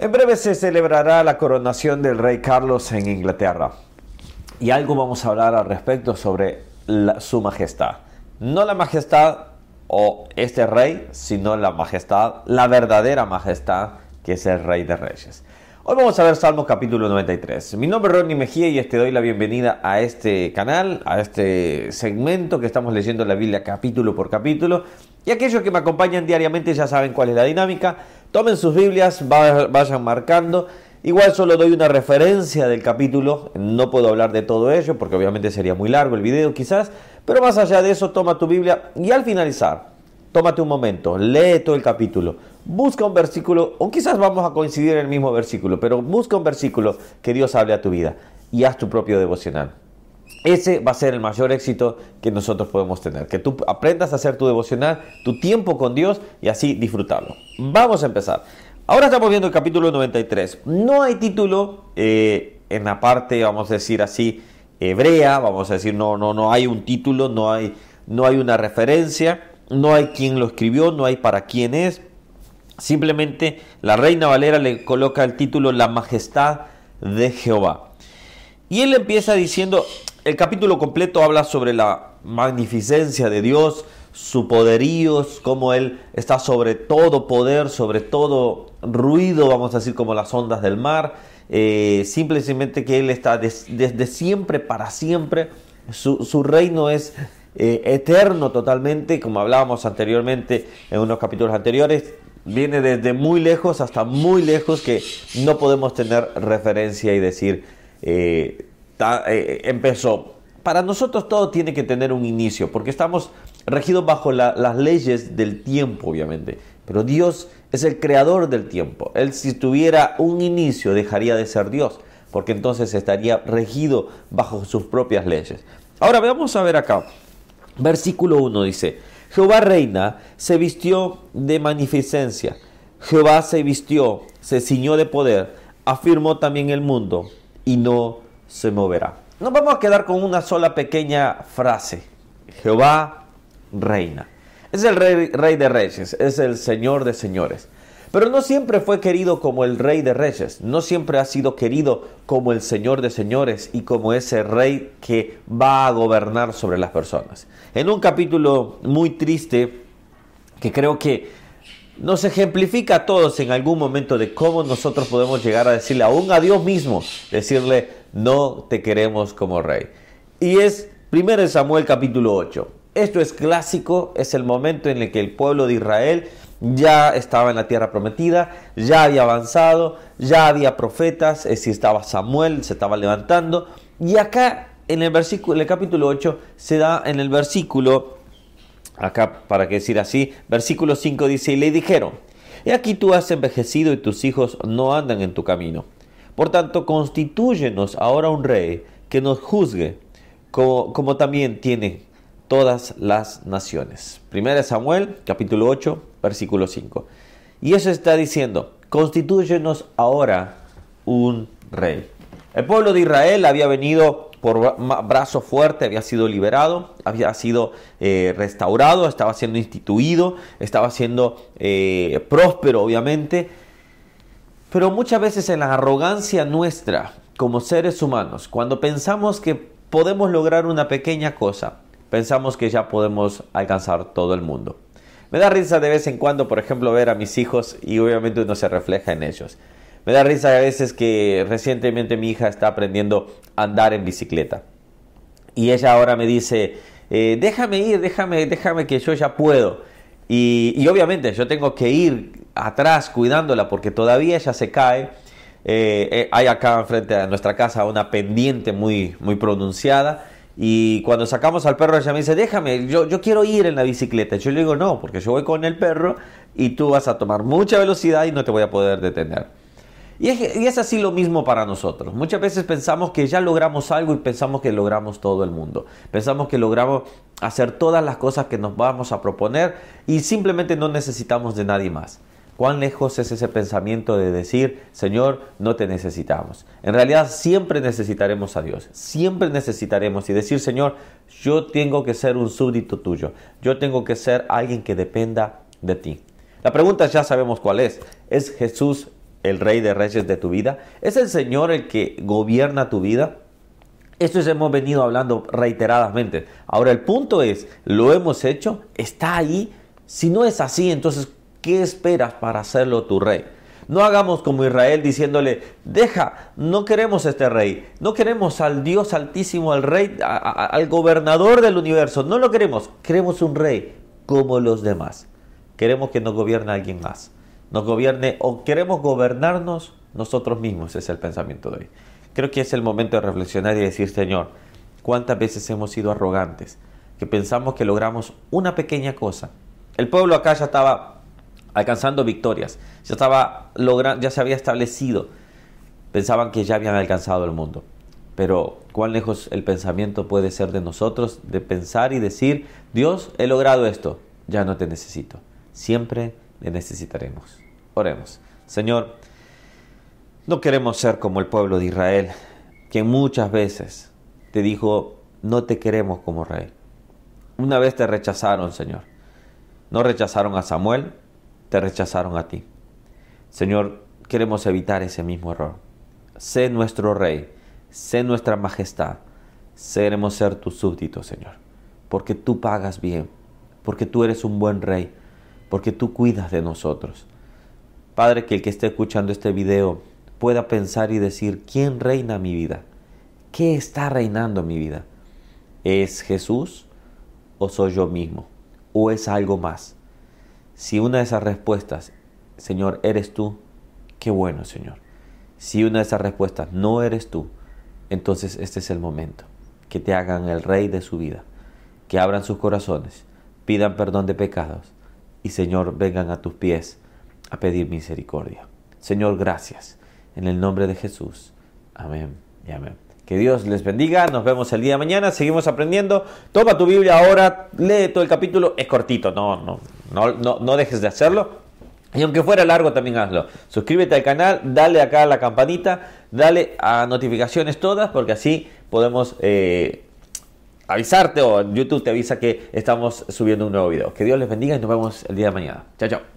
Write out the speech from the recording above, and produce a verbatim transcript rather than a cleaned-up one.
En breve se celebrará la coronación del rey Carlos en Inglaterra. Y algo vamos a hablar al respecto sobre la, su majestad. No la majestad o este rey, sino la majestad, la verdadera majestad, que es el Rey de Reyes. Hoy vamos a ver Salmos capítulo noventa y tres. Mi nombre es Ronnie Mejía y te doy la bienvenida a este canal, a este segmento que estamos leyendo la Biblia capítulo por capítulo. Y aquellos que me acompañan diariamente ya saben cuál es la dinámica. Tomen sus Biblias, vayan marcando. Igual solo doy una referencia del capítulo, no puedo hablar de todo ello porque obviamente sería muy largo el video quizás, pero más allá de eso toma tu Biblia y al finalizar, tómate un momento, lee todo el capítulo, busca un versículo, o quizás vamos a coincidir en el mismo versículo, pero busca un versículo que Dios hable a tu vida y haz tu propio devocional. Ese va a ser el mayor éxito que nosotros podemos tener, que tú aprendas a hacer tu devocional, tu tiempo con Dios y así disfrutarlo. Vamos a empezar. Ahora estamos viendo el capítulo noventa y tres. No hay título eh, en la parte, vamos a decir así, hebrea, vamos a decir, no, no, no hay un título, no hay, no hay una referencia, no hay quién lo escribió, no hay para quién es. Simplemente la Reina Valera le coloca el título La Majestad de Jehová. Y él empieza diciendo, el capítulo completo habla sobre la magnificencia de Dios, su poderío, cómo Él está sobre todo poder, sobre todo ruido, vamos a decir como las ondas del mar, eh, simplemente que Él está des, desde siempre para siempre, su, su reino es eh, eterno totalmente, como hablábamos anteriormente en unos capítulos anteriores, viene desde muy lejos hasta muy lejos que no podemos tener referencia y decir, eh, ta, eh, empezó. Para nosotros todo tiene que tener un inicio, porque estamos regidos bajo la, las leyes del tiempo, obviamente. Pero Dios es el creador del tiempo. Él, si tuviera un inicio, dejaría de ser Dios, porque entonces estaría regido bajo sus propias leyes. Ahora vamos a ver acá. Versículo uno dice, Jehová reina, se vistió de magnificencia. Jehová se vistió, se ciñó de poder, afirmó también el mundo y no se moverá. Nos vamos a quedar con una sola pequeña frase. Jehová reina. Es el rey, rey de reyes, es el Señor de señores. Pero no siempre fue querido como el Rey de Reyes. No siempre ha sido querido como el Señor de señores y como ese rey que va a gobernar sobre las personas. En un capítulo muy triste que creo que nos ejemplifica a todos en algún momento de cómo nosotros podemos llegar a decirle aún a Dios mismo, decirle, no te queremos como rey. Y es primero Samuel capítulo ocho. Esto es clásico, es el momento en el que el pueblo de Israel ya estaba en la tierra prometida, ya había avanzado, ya había profetas, es decir, estaba Samuel, se estaba levantando. Y acá en el versículo, en el capítulo ocho, se da en el versículo, acá para que decir así, versículo cinco dice, y le dijeron, he aquí tú has envejecido y tus hijos no andan en tu camino. Por tanto, constitúyenos ahora un rey que nos juzgue, como, como también tiene todas las naciones. Primera Samuel, capítulo ocho, versículo cinco. Y eso está diciendo, constitúyenos ahora un rey. El pueblo de Israel había venido por brazo fuerte, había sido liberado, había sido eh, restaurado, estaba siendo instituido, estaba siendo eh, próspero, obviamente. Pero muchas veces en la arrogancia nuestra, como seres humanos, cuando pensamos que podemos lograr una pequeña cosa, pensamos que ya podemos alcanzar todo el mundo. Me da risa de vez en cuando, por ejemplo, ver a mis hijos y obviamente uno se refleja en ellos. Me da risa a veces que recientemente mi hija está aprendiendo a andar en bicicleta. Y ella ahora me dice, eh, déjame ir, déjame, déjame que yo ya puedo. Y, y obviamente yo tengo que ir atrás cuidándola porque todavía ella se cae. Eh, eh, hay acá enfrente a nuestra casa una pendiente muy, muy pronunciada. Y cuando sacamos al perro ella me dice, déjame, yo, yo quiero ir en la bicicleta. Yo le digo, no, porque yo voy con el perro y tú vas a tomar mucha velocidad y no te voy a poder detener. Y es, y es así lo mismo para nosotros. Muchas veces pensamos que ya logramos algo y pensamos que logramos todo el mundo. Pensamos que logramos hacer todas las cosas que nos vamos a proponer y simplemente no necesitamos de nadie más. ¿Cuán lejos es ese pensamiento de decir, Señor, no te necesitamos? En realidad siempre necesitaremos a Dios, siempre necesitaremos y decir, Señor, yo tengo que ser un súbdito tuyo, yo tengo que ser alguien que dependa de ti. La pregunta ya sabemos cuál es, ¿es Jesús el Rey de Reyes de tu vida? ¿Es el Señor el que gobierna tu vida? Esto es, hemos venido hablando reiteradamente. Ahora el punto es, ¿lo hemos hecho? ¿Está ahí? Si no es así, entonces, ¿qué esperas para hacerlo tu rey? No hagamos como Israel diciéndole, deja, no queremos este rey, no queremos al Dios altísimo, al rey, a, a, al gobernador del universo, no lo queremos, queremos un rey como los demás. Queremos que nos gobierne alguien más, nos gobierne o queremos gobernarnos nosotros mismos, es el pensamiento de hoy. Creo que es el momento de reflexionar y decir, Señor, ¿cuántas veces hemos sido arrogantes? Que pensamos que logramos una pequeña cosa. El pueblo acá ya estaba alcanzando victorias, ya estaba logrando, ya se había establecido, pensaban que ya habían alcanzado el mundo. Pero cuán lejos el pensamiento puede ser de nosotros, de pensar y decir, Dios, he logrado esto, ya no te necesito, siempre le necesitaremos. Oremos. Señor, no queremos ser como el pueblo de Israel, que muchas veces te dijo, no te queremos como rey. Una vez te rechazaron, Señor. No rechazaron a Samuel, te rechazaron a ti. Señor, queremos evitar ese mismo error. Sé nuestro rey, sé nuestra majestad. Queremos ser tus súbditos, Señor. Porque tú pagas bien, porque tú eres un buen rey, porque tú cuidas de nosotros. Padre, que el que esté escuchando este video pueda pensar y decir, ¿quién reina mi vida? ¿Qué está reinando mi vida? ¿Es Jesús o soy yo mismo? ¿O es algo más? Si una de esas respuestas, Señor, eres tú, qué bueno, Señor. Si una de esas respuestas no eres tú, entonces este es el momento. Que te hagan el rey de su vida. Que abran sus corazones, pidan perdón de pecados y, Señor, vengan a tus pies a pedir misericordia. Señor, gracias. En el nombre de Jesús. Amén y amén. Que Dios les bendiga. Nos vemos el día de mañana. Seguimos aprendiendo. Toma tu Biblia ahora. Lee todo el capítulo. Es cortito. No, no, no, no, no dejes de hacerlo. Y aunque fuera largo, también hazlo. Suscríbete al canal. Dale acá a la campanita. Dale a notificaciones todas. Porque así podemos eh, avisarte. O YouTube te avisa que estamos subiendo un nuevo video. Que Dios les bendiga y nos vemos el día de mañana. Chao, chao.